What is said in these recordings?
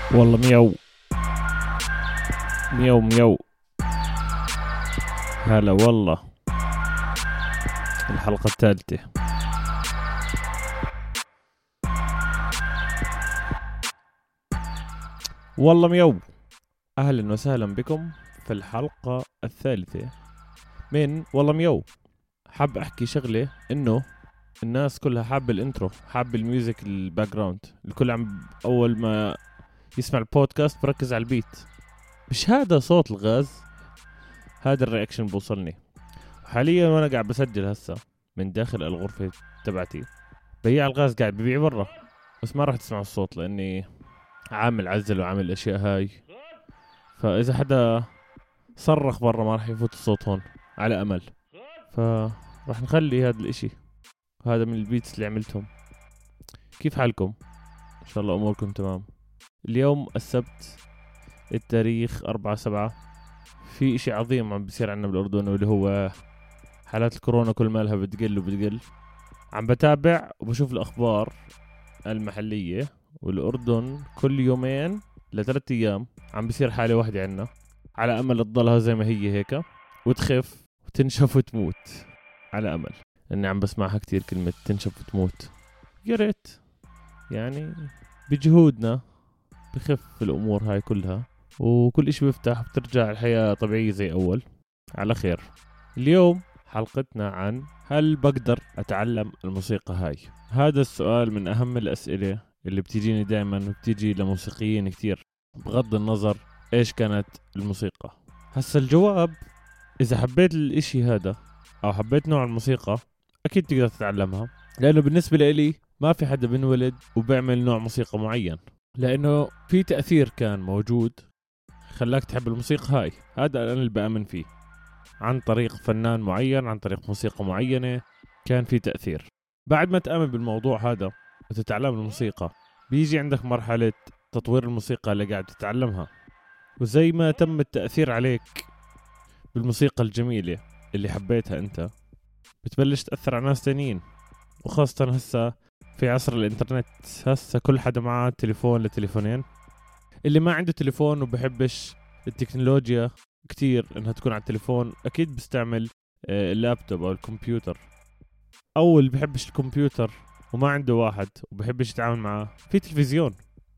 والله ميو ميو ميو. هلا والله. الحلقة الثالثة. والله ميو. أهلا وسهلا بكم في الحلقة الثالثة من والله ميو. حاب أحكي شغلة إنه الناس كلها حاب الانترو، حاب الميوزك، الباك جراوند. الكل عم أول ما يسمع البودكاست بركز على البيت. مش هذا صوت الغاز، هذا الرياكشن بوصلني حاليا وانا قاعد بسجل هسه من داخل الغرفة تبعتي. بياع الغاز قاعد ببيع برا، بس ما راح تسمعوا الصوت لاني عامل عزل وعامل الاشياء هاي. فاذا حدا صرخ برا ما راح يفوت الصوت هون على امل. فراح نخلي هذا الاشي. هذا من البيتس اللي عملتهم. كيف حالكم؟ ان شاء الله اموركم تمام. اليوم السبت التاريخ 4/7. في اشي عظيم عم بيصير عنا بالاردن، واللي هو حالات الكورونا كل مالها بتقل وبتقل. عم بتابع وبشوف الأخبار المحلية، والأردن كل يومين ل3 أيام عم بيصير حالة واحدة عنا، على أمل تضلها زي ما هي هيك وتخف وتنشف وتموت. على أمل، إني عم بسمعها كتير كلمة تنشف وتموت. يا ريت يعني بجهودنا بخف الأمور هاي كلها، وكل إشي بيفتح وبترجع الحياة طبيعية زي أول على خير. اليوم حلقتنا عن هل بقدر أتعلم الموسيقى هاي؟ هذا السؤال من أهم الأسئلة اللي بتجيني دائما وبتيجي لموسيقيين كتير، بغض النظر إيش كانت الموسيقى. هسا الجواب، إذا حبيت الإشي هذا أو حبيت نوع الموسيقى أكيد تقدر تتعلمها، لأنه بالنسبة لي ما في حدا بنولد وبيعمل نوع موسيقى معين، لأنه في تأثير كان موجود خلاك تحب الموسيقى هاي. هذا أنا اللي بأمن فيه، عن طريق فنان معين، عن طريق موسيقى معينة كان في تأثير. بعد ما تأمن بالموضوع هذا وتتعلم الموسيقى، بيجي عندك مرحلة تطوير الموسيقى اللي قاعد تتعلمها. وزي ما تم التأثير عليك بالموسيقى الجميلة اللي حبيتها أنت، بتبلش تأثر على ناس تانيين. وخاصة هسا في عصر الانترنت، هسا كل حدا معاه تليفون لتليفونين. اللي ما عنده تليفون وبحبش التكنولوجيا كتير انها تكون على التليفون، اكيد بستعمل اللابتوب او الكمبيوتر. او اللي بحبش الكمبيوتر وما عنده واحد وبحبش يتعامل معاه، في تلفزيون.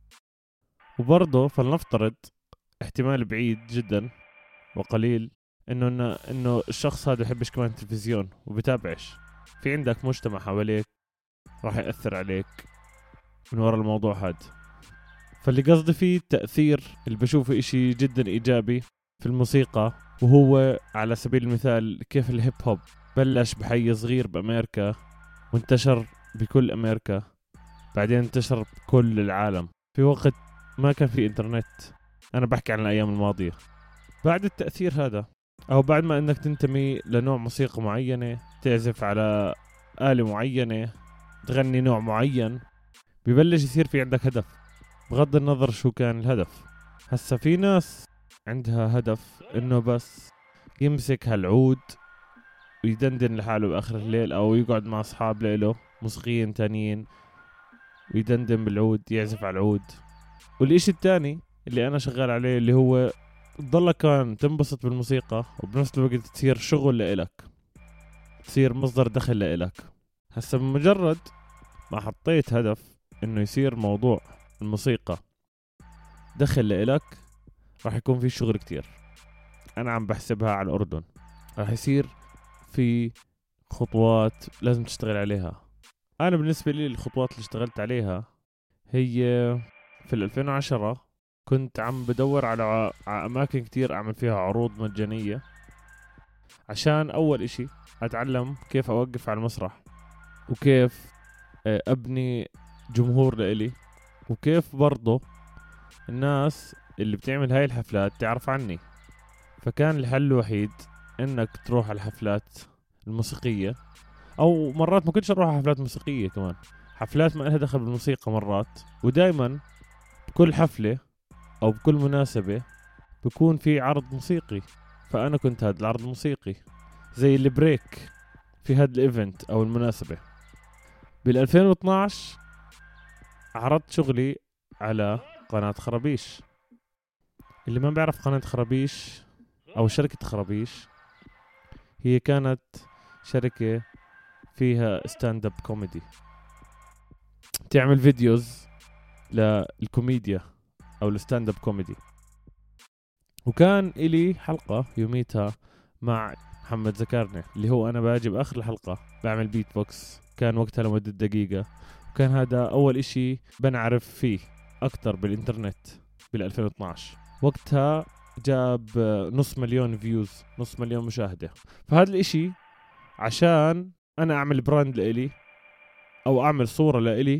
وبرضه فلنفترض احتمال بعيد جدا وقليل انه الشخص هذا يحبش كمان التلفزيون وبتابعش، في عندك مجتمع حواليك راح يأثر عليك من وراء الموضوع هذا. فاللي قصدي فيه التأثير اللي بشوفه اشي جدا ايجابي في الموسيقى، وهو على سبيل المثال كيف الهيب هوب بلش بحي صغير بأمريكا وانتشر بكل أمريكا، بعدين انتشر بكل العالم في وقت ما كان في انترنت. أنا بحكي عن الأيام الماضية. بعد التأثير هذا، أو بعد ما أنك تنتمي لنوع موسيقى معينة، تعزف على آلة معينة، تغني نوع معين، ببلش يصير في عندك هدف، بغض النظر شو كان الهدف. هسا في ناس عندها هدف انه بس يمسك هالعود ويدندن لحاله باخر الليل، او يقعد مع اصحاب له موسيقيين تانيين ويدندن بالعود، يعزف على العود. والاشي التاني اللي انا شغال عليه، اللي هو تضلك كان تنبسط بالموسيقى وبنفس الوقت تصير شغل لإلك، تصير مصدر دخل لإلك. هسا بمجرد ما حطيت هدف انه يصير موضوع الموسيقى دخل لإلك، راح يكون في شغل كتير. أنا عم بحسبها على الأردن، راح يصير في خطوات لازم تشتغل عليها. أنا بالنسبة لي الخطوات اللي اشتغلت عليها هي في 2010 كنت عم بدور على أماكن كتير أعمل فيها عروض مجانية، عشان أول إشي أتعلم كيف أوقف على المسرح، وكيف أبني جمهور لإلي، وكيف برضو الناس اللي بتعمل هاي الحفلات تعرف عني. فكان الحل الوحيد انك تروح على الحفلات الموسيقية، او مرات ما كنتش اروح على حفلات موسيقية، كمان حفلات ما لها دخل بالموسيقى مرات. ودايما بكل حفلة او بكل مناسبة بكون في عرض موسيقي، فانا كنت هذا العرض الموسيقي زي البريك في هذا الايفنت او المناسبة. بال2012 عرضت شغلي على قناة خرابيش. اللي ما بيعرف قناة خرابيش أو شركة خرابيش، هي كانت شركة فيها ستاند اب كوميدي، تعمل فيديوز للكوميديا أو الستاند اب كوميدي. وكان إلي حلقة يوميتها مع محمد زكارني، اللي هو أنا باجي بآخر الحلقة بعمل بيت بوكس، كان وقتها لمدة دقيقة. وكان هذا أول إشي بنعرف فيه أكتر بالإنترنت بال2012. وقتها جاب 500,000 فيوز، 500,000 مشاهدة. فهذا الإشي عشان أنا أعمل براند لإلي أو أعمل صورة لإلي،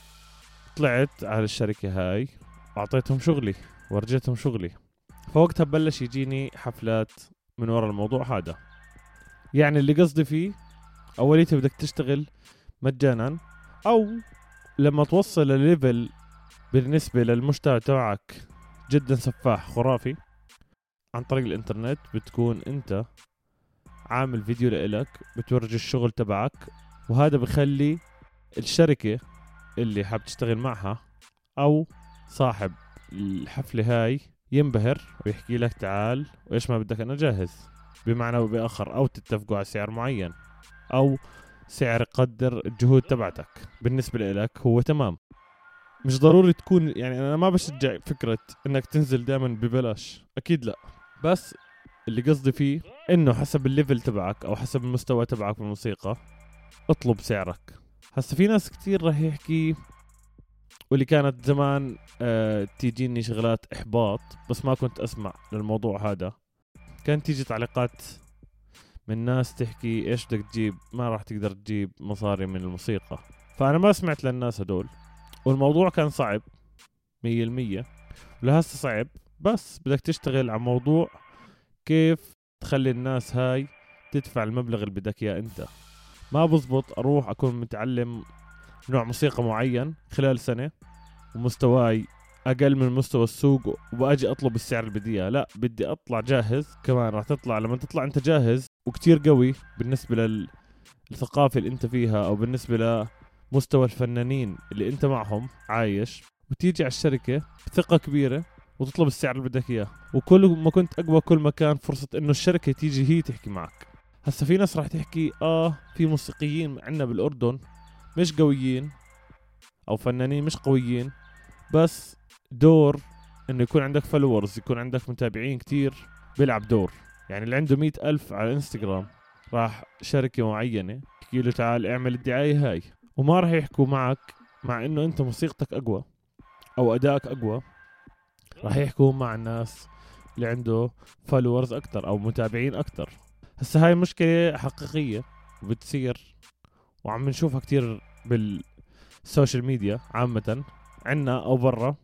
طلعت على الشركة هاي وأعطيتهم شغلي ورجيتهم شغلي. فوقتها بلش يجيني حفلات من وراء الموضوع هذا. يعني اللي قصدي فيه، أوليته بدك تشتغل مجانا، أو لما توصل الليفل بالنسبة للمجتمع تبعك جدا سفاح خرافي عن طريق الانترنت، بتكون انت عامل فيديو لإلك بتورجي الشغل تبعك. وهذا بخلي الشركة اللي حاب تشتغل معها أو صاحب الحفلة هاي ينبهر ويحكي لك تعال وإيش ما بدك أنا جاهز، بمعنى وبآخر، أو تتفقوا على سعر معين أو سعر يقدر الجهود تبعتك. بالنسبة لك هو تمام. مش ضروري تكون، يعني أنا ما بشجع فكرة إنك تنزل دائما ببلاش، أكيد لا، بس اللي قصدي فيه إنه حسب الليفل تبعك أو حسب المستوى تبعك بالموسيقى اطلب سعرك. هسا في ناس كتير راح يحكي، واللي كانت زمان تيجيني شغلات إحباط بس ما كنت أسمع للموضوع هذا. كانت تيجي تعليقات من ناس تحكي إيش بدك تجيب، ما راح تقدر تجيب مصاري من الموسيقى. فأنا ما سمعت للناس هدول، والموضوع كان صعب 100%، ولهسه صعب. بس بدك تشتغل على موضوع كيف تخلي الناس هاي تدفع المبلغ اللي بدك إياه أنت. ما بزبط أروح أكون متعلم نوع موسيقى معين خلال سنة ومستواي أقل من مستوى السوق وبأجي أطلب السعر اللي بدي إياه. لا، بدي أطلع جاهز. كمان راح تطلع لما تطلع أنت جاهز وكتير قوي بالنسبة للثقافة اللي أنت فيها، أو بالنسبة لمستوى الفنانين اللي أنت معهم عايش، وتيجي على الشركة بثقة كبيرة وتطلب السعر اللي بدك إياه. وكل ما كنت أقوى كل ما كان فرصة إنه الشركة تيجي هي تحكي معك. هسا في ناس راح تحكي في موسيقيين عندنا بالأردن مش قويين، أو فنانين مش قويين، بس دور إنه يكون عندك فالورز، يكون عندك متابعين كتير بيلعب دور. يعني اللي عنده 100,000 على الانستغرام راح شركة معينة تحكي له تعال اعمل الدعاية هاي، وما راح يحكوا معك مع إنه أنت موسيقتك أقوى أو أدائك أقوى. راح يحكوا مع الناس اللي عنده فالورز أكتر أو متابعين أكتر. هسا هاي مشكلة حقيقية وبتصير، وعم نشوفها كتير بالسوشيال ميديا عامة عنا أو برا.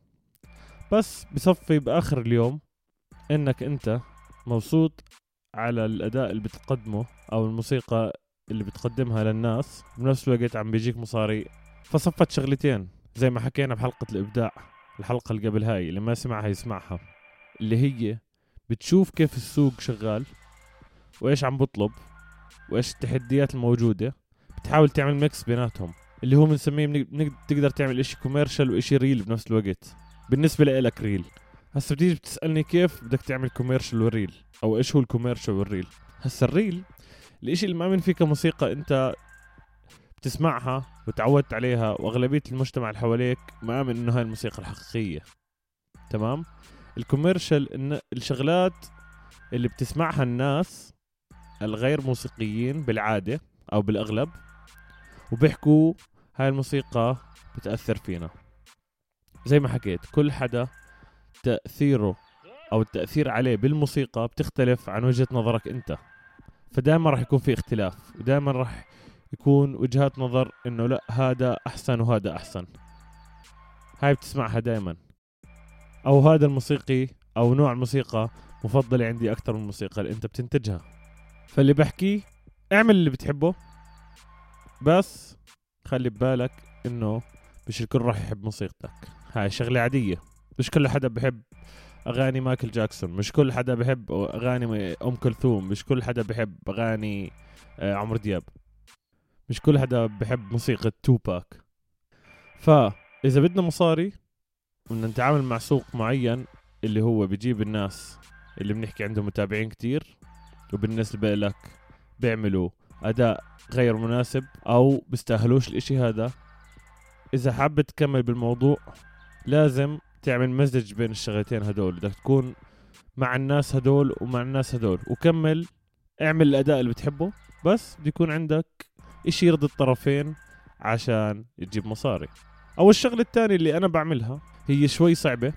بس بصفي بآخر اليوم إنك أنت مبسوط على الأداء اللي بتقدمه أو الموسيقى اللي بتقدمها للناس، بنفس الوقت عم بيجيك مصاري. فصفت شغلتين زي ما حكينا بحلقة الإبداع، الحلقة اللي قبل هاي، اللي ما سمعها يسمعها، اللي هي بتشوف كيف السوق شغال وإيش عم بطلب وإيش التحديات الموجودة، بتحاول تعمل ميكس بيناتهم، اللي هو بنسميه تقدر تعمل إشي كوميرشال وإشي ريل بنفس الوقت. بالنسبة لإلك ريل، هسا بتيجي بتسألني كيف بدك تعمل كوميرشال والريل، أو إيش هو الكوميرشال والريل. هسا الريل الإشي اللي مؤمن فيه كموسيقى أنت بتسمعها وتعودت عليها، وأغلبية المجتمع اللي حواليك مؤمن إنه هاي الموسيقى الحقيقية، تمام. الكوميرشال إن الشغلات اللي بتسمعها الناس الغير موسيقيين بالعادة أو بالأغلب، وبيحكوا هاي الموسيقى بتأثر فينا. زي ما حكيت، كل حدا تأثيره أو التأثير عليه بالموسيقى بتختلف عن وجهة نظرك أنت. فدائما راح يكون في اختلاف، ودائما راح يكون وجهات نظر إنه لا هذا أحسن وهذا أحسن. هاي بتسمعها دائما، أو هذا الموسيقي أو نوع الموسيقى مفضلة عندي أكتر من الموسيقى اللي أنت بتنتجها. فاللي بحكي اعمل اللي بتحبه، بس خلي ببالك إنه مش الكل راح يحب موسيقتك. هاي شغلة عادية. مش كل حدا بحب أغاني مايكل جاكسون، مش كل حدا بحب أغاني أم كلثوم، مش كل حدا بحب أغاني عمرو دياب، مش كل حدا بحب موسيقى توباك. فإذا بدنا مصاري بدنا نتعامل مع سوق معين اللي هو بيجيب الناس اللي بنحكي عندهم متابعين كتير، وبالنسبة لك بيعملوا أداء غير مناسب أو بيستاهلوش الإشي هذا. إذا حابب تكمل بالموضوع لازم تعمل مزج بين الشغلتين هدول، بدك تكون مع الناس هدول ومع الناس هدول، وكمل اعمل الأداء اللي بتحبه، بس بده يكون عندك إشي يرضي الطرفين عشان تجيب مصاري. أو الشغلة الثانية اللي أنا بعملها هي شوي صعبة،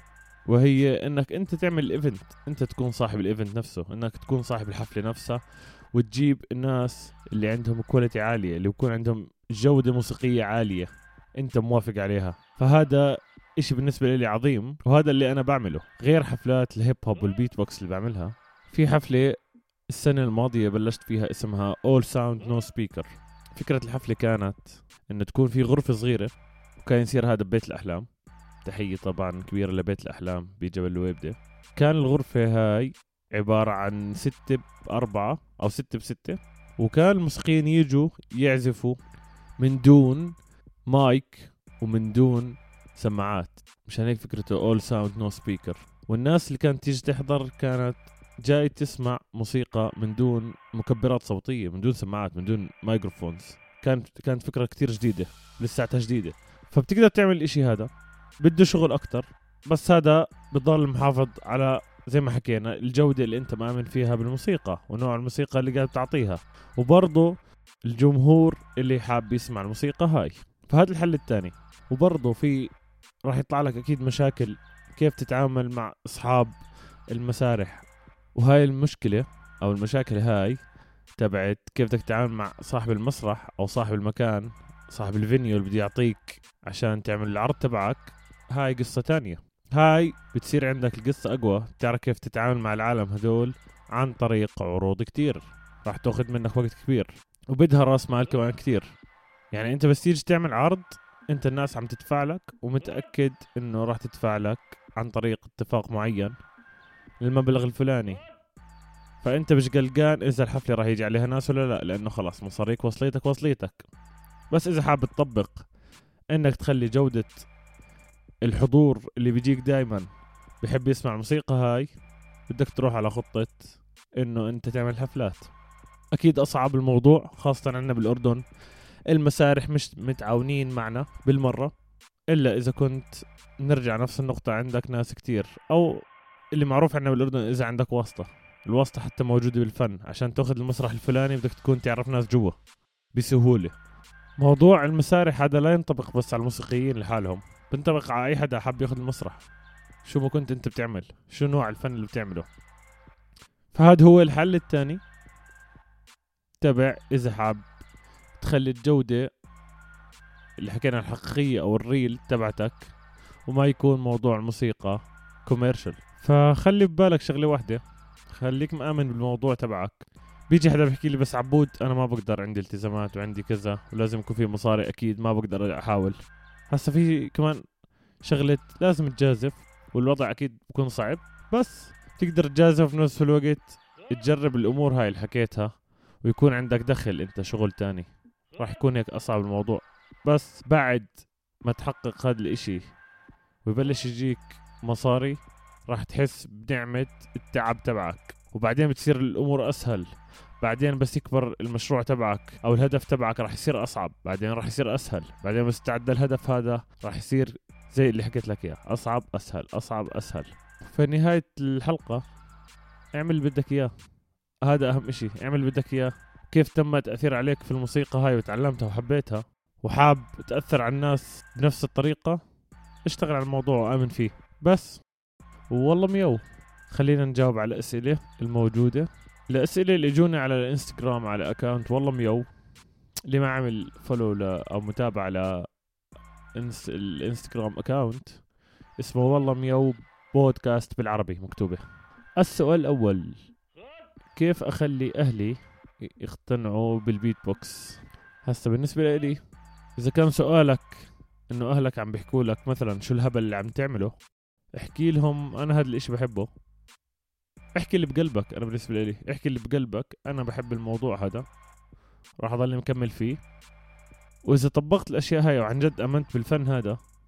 وهي انك انت تعمل الايفنت، انت تكون صاحب الايفنت نفسه، انك تكون صاحب الحفلة نفسها، وتجيب الناس اللي عندهم كواليتي عالية، اللي يكون عندهم جودة موسيقية عالية انت موافق عليها. فهذا اشي بالنسبة لي عظيم، وهذا اللي انا بعمله. غير حفلات الهيب هوب والبيت بوكس اللي بعملها، في حفلة السنة الماضية بلشت فيها اسمها All Sound No Speaker. فكرة الحفلة كانت انه تكون في غرفة صغيرة، وكان يصير هذا ببيت الاحلام. تحية طبعا كبيرة لبيت الأحلام بجبل الويبدة. كان الغرفة هاي عبارة عن 6 ب4 أو 6 ب6، وكان الموسيقيين يجوا يعزفوا من دون مايك ومن دون سماعات، مشان هيك فكرته All Sound No Speaker. والناس اللي كانت تيجي تحضر كانت جاي تسمع موسيقى من دون مكبرات صوتية، من دون سماعات، من دون مايكروفونز. كانت فكرة كتير جديدة، لساتها جديدة. فبتقدر تعمل الاشي هذا، بده شغل اكتر، بس هذا بضل محافظ على زي ما حكينا الجودة اللي انت مآمن فيها بالموسيقى ونوع الموسيقى اللي قاعد تعطيها، وبرضه الجمهور اللي حاب يسمع الموسيقى هاي. فهذا الحل الثاني. وبرضه في راح يطلع لك اكيد مشاكل كيف تتعامل مع اصحاب المسارح، وهاي المشكلة او المشاكل هاي تبعت كيف بدك تتعامل مع صاحب المسرح او صاحب المكان، صاحب الفينيو اللي بده يعطيك عشان تعمل العرض تبعك. هاي قصة تانية، هاي بتصير عندك القصة أقوى، تعرف كيف تتعامل مع العالم هدول عن طريق عروض كتير، راح تاخذ منك وقت كبير وبدها راس مال كمان كتير. يعني انت بس تيجي تعمل عرض، انت الناس عم تدفع لك ومتأكد انه راح تدفع لك عن طريق اتفاق معين للمبلغ الفلاني، فانت مش قلقان اذا الحفلة راح يجي عليها ناس ولا لا، لانه خلاص مصاريك وصليتك. بس اذا حاب تطبق انك تخلي جودة الحضور اللي بيجيك دايما بحب يسمع الموسيقى هاي، بدك تروح على خطة انه انت تعمل حفلات. اكيد اصعب الموضوع، خاصة عندنا بالاردن المسارح مش متعاونين معنا بالمرة، الا اذا كنت نرجع نفس النقطة عندك ناس كتير، او اللي معروف عندنا بالاردن اذا عندك واسطة. الواسطة حتى موجودة بالفن، عشان تاخذ المسرح الفلاني بدك تكون تعرف ناس جوا بسهولة. موضوع المسارح هذا لا ينطبق بس على الموسيقيين لحالهم، بنطبق على اي حدا حاب ياخذ المسرح، شو ما كنت انت بتعمل، شو نوع الفن اللي بتعمله. فهذا هو الحل الثاني تبع اذا حاب تخلي الجودة اللي حكينا الحقيقية او الريل تبعتك، وما يكون موضوع الموسيقى كوميرشل. فخلي ببالك شغلة واحدة، خليك مآمن بالموضوع تبعك. بيجي حدا بيحكي لي بس عبود انا ما بقدر، عندي التزامات وعندي كذا ولازم يكون في مصاري، اكيد ما بقدر احاول. هسا في كمان شغلة لازم تجازف، والوضع اكيد بكون صعب، بس تقدر تجازف في نفس الوقت تجرب الامور هاي اللي حكيتها، ويكون عندك دخل انت شغل تاني. راح يكون هيك اصعب الموضوع، بس بعد ما تحقق هذا الاشي ويبلش يجيك مصاري راح تحس بنعمة التعب تبعك، وبعدين بتصير الامور اسهل. بعدين بس يكبر المشروع تبعك او الهدف تبعك راح يصير اصعب، بعدين راح يصير اسهل، بعدين بس تعدى الهدف هذا راح يصير زي اللي حكيت لك اياه، اصعب اسهل اصعب اسهل. في نهاية الحلقة اعمل اللي بدك اياه، هذا اهم اشي، اعمل اللي بدك اياه. كيف تم تأثير عليك في الموسيقى هاي وتعلمتها وحبيتها وحاب تأثر على الناس بنفس الطريقة، اشتغل على الموضوع وآمن فيه بس. والله ميو، خلينا نجاوب على الأسئلة الموجودة. الأسئلة اللي جوني على الانستغرام على أكاونت والله ميو، اللي ما عمل فولو أو متابعة على الانستغرام أكاونت اسمه والله ميو بودكاست بالعربي مكتوبة. السؤال الأول، كيف أخلي أهلي يقتنعوا بالبيت بوكس؟ هسه بالنسبة لي إذا كان سؤالك إنه أهلك عم بيحكوا لك مثلا شو الهبل اللي عم تعمله، احكي لهم أنا هذا الإشي بحبه، احكي اللي بقلبك. أنا بالنسبة لي احكي اللي بقلبك، أنا بحب الموضوع هذا راح أضل مكمل فيه، وإذا طبقت الأشياء هاي وعن جد أمنت بالفن هذا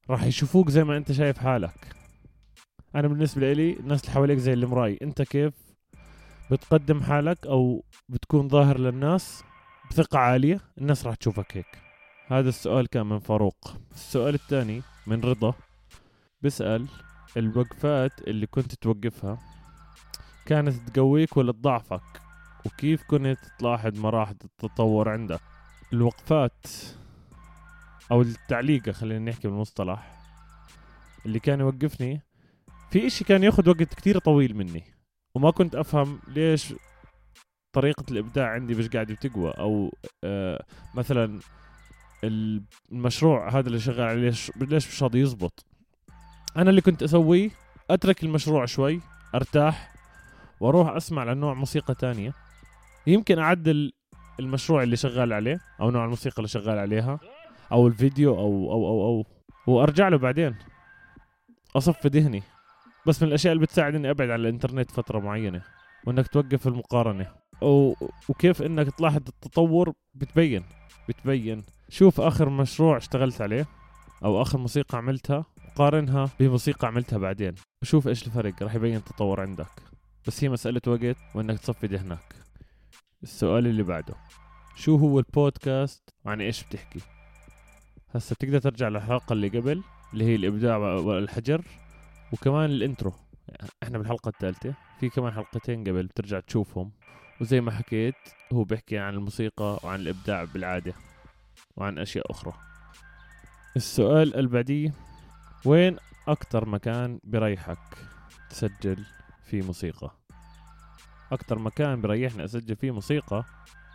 راح يشوفوك زي ما انت شايف حالك. انا بالنسبة لي الناس اللي حواليك زي المراي، انت كيف بتقدم حالك او بتكون ظاهر للناس بثقة عالية، الناس راح تشوفك هيك. هذا السؤال كان من فاروق. السؤال الثاني من رضا، بسأل الوقفات اللي كنت توقفها كانت تقويك ولا تضعفك، وكيف كنت تلاحظ مراحل التطور عندك؟ الوقفات او التعليقة، خلينا نحكي بالمصطلح، اللي كان يوقفني في اشي كان ياخد وقت كتير طويل مني، وما كنت افهم ليش طريقة الابداع عندي مش قاعدة بتقوى، او مثلا المشروع هذا اللي شغال عليه ليش مش راضي يزبط. انا اللي كنت اسويه اترك المشروع شوي، ارتاح، واروح اسمع لنوع موسيقى تانية، يمكن اعدل المشروع اللي شغال عليه او نوع الموسيقى اللي شغال عليها او الفيديو او وارجع له بعدين اصفي ذهني. بس من الاشياء اللي بتساعد اني ابعد عن الانترنت فترة معينة، وانك توقف المقارنة وكيف انك تلاحظ التطور بتبين. شوف اخر مشروع اشتغلت عليه او اخر موسيقى عملتها، قارنها بموسيقى عملتها بعدين، وشوف ايش الفرق، راح يبين تطور عندك. بس هي مسألة وقت وانك تصفي ذهنك. السؤال اللي بعده، شو هو البودكاست وعن ايش بتحكي؟ هسه بتقدر ترجع للحلقة اللي قبل اللي هي الابداع والحجر، وكمان الانترو. احنا بالحلقة الثالثة، في كمان حلقتين قبل بترجع تشوفهم. وزي ما حكيت هو بيحكي عن الموسيقى وعن الابداع بالعادة وعن اشياء اخرى. السؤال البعديه، وين اكتر مكان بريحك تسجل فيه موسيقى؟ اكتر مكان بريحني اسجل فيه موسيقى،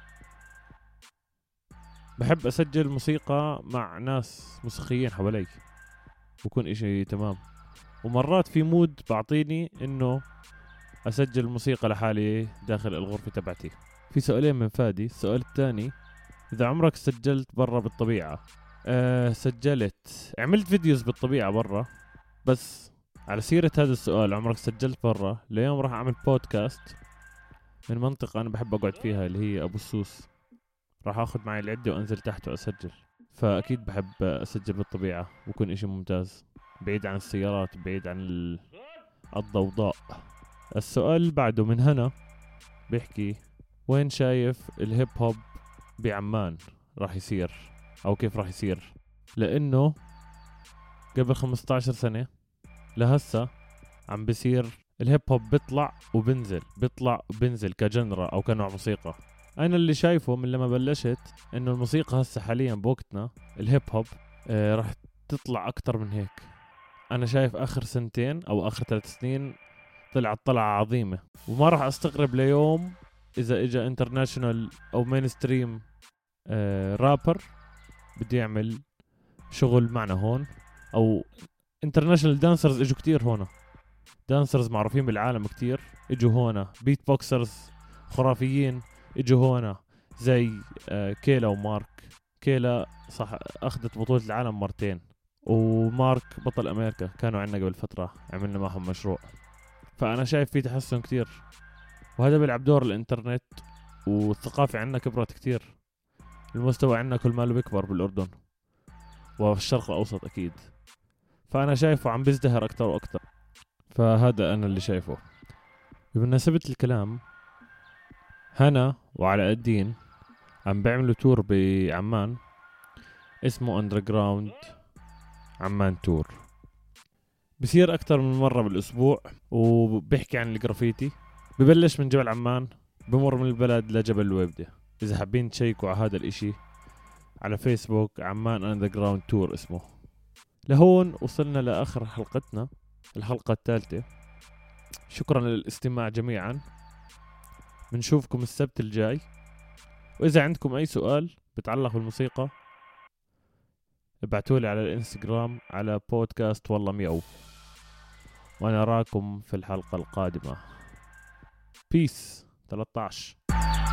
بحب اسجل موسيقى مع ناس موسيقيين حوالي، بكون اشي تمام. ومرات في مود بعطيني انه اسجل الموسيقى لحالي داخل الغرفة تبعتي. في سؤالين من فادي. السؤال الثاني، اذا عمرك سجلت برا بالطبيعة؟ سجلت، عملت فيديوز بالطبيعة برا. بس على سيرة هذا السؤال، عمرك سجلت برا؟ اليوم راح اعمل بودكاست من منطقة انا بحب اقعد فيها اللي هي ابو السوس، راح اخذ معي العدة وانزل تحت واسجل. فاكيد بحب اسجل بالطبيعة، بكون اشي ممتاز، بعيد عن السيارات، بعيد عن الضوضاء. السؤال اللي بعده من هنا، بيحكي وين شايف الهيب هوب بعمان راح يصير، او كيف راح يصير؟ لانه قبل 15 سنة لهسه عم بيصير الهيب هوب بيطلع وبنزل كجنرا او كنوع موسيقى. انا اللي شايفه من لما بلشت انه الموسيقى هسه حاليا بوقتنا الهيب هوب راح تطلع اكتر من هيك. انا شايف اخر سنتين او اخر 3 سنين طلعت طلعة عظيمة، وما راح استغرب ليوم اذا اجا انترناشونال او مينستريم رابر بده يعمل شغل معنا هون، او انترناشونال دانسرز اجوا كتير هون، دانسرز معروفين بالعالم كتير اجوا هون، بيت بوكسرز خرافيين اجوا هون زي كيلا ومارك. كيلا صح اخذت بطولة العالم مرتين، ومارك بطل امريكا كانوا عندنا قبل فترة، عملنا معهم مشروع. فانا شايف في تحسن كتير، وهذا بيلعب دور الانترنت، والثقافة عندنا كبرت كتير، المستوى عندنا كل ماله بيكبر بالاردن وفي الشرق الاوسط اكيد. فانا شايفه عم بيزدهر اكتر واكتر، فهذا انا اللي شايفه. بمناسبة الكلام، هنا وعلى الدين عم بيعملوا تور بعمان اسمه اندرجراوند عمان تور، بصير اكتر من مرة بالاسبوع، وبيحكي عن الجرافيتي. ببلش من جبل عمان، بمر من البلد لجبل الويبدة. اذا حابين تشيكوا على هذا الاشي على فيسبوك، عمان اندرجراوند تور اسمه. لهون وصلنا لاخر حلقتنا، الحلقة الثالثة. شكرا للاستماع جميعا، بنشوفكم السبت الجاي. واذا عندكم اي سؤال بتعلق بالموسيقى ابعتولي على الانستغرام على بودكاست والله ميو، وانا اراكم في الحلقة القادمة. بيس 13.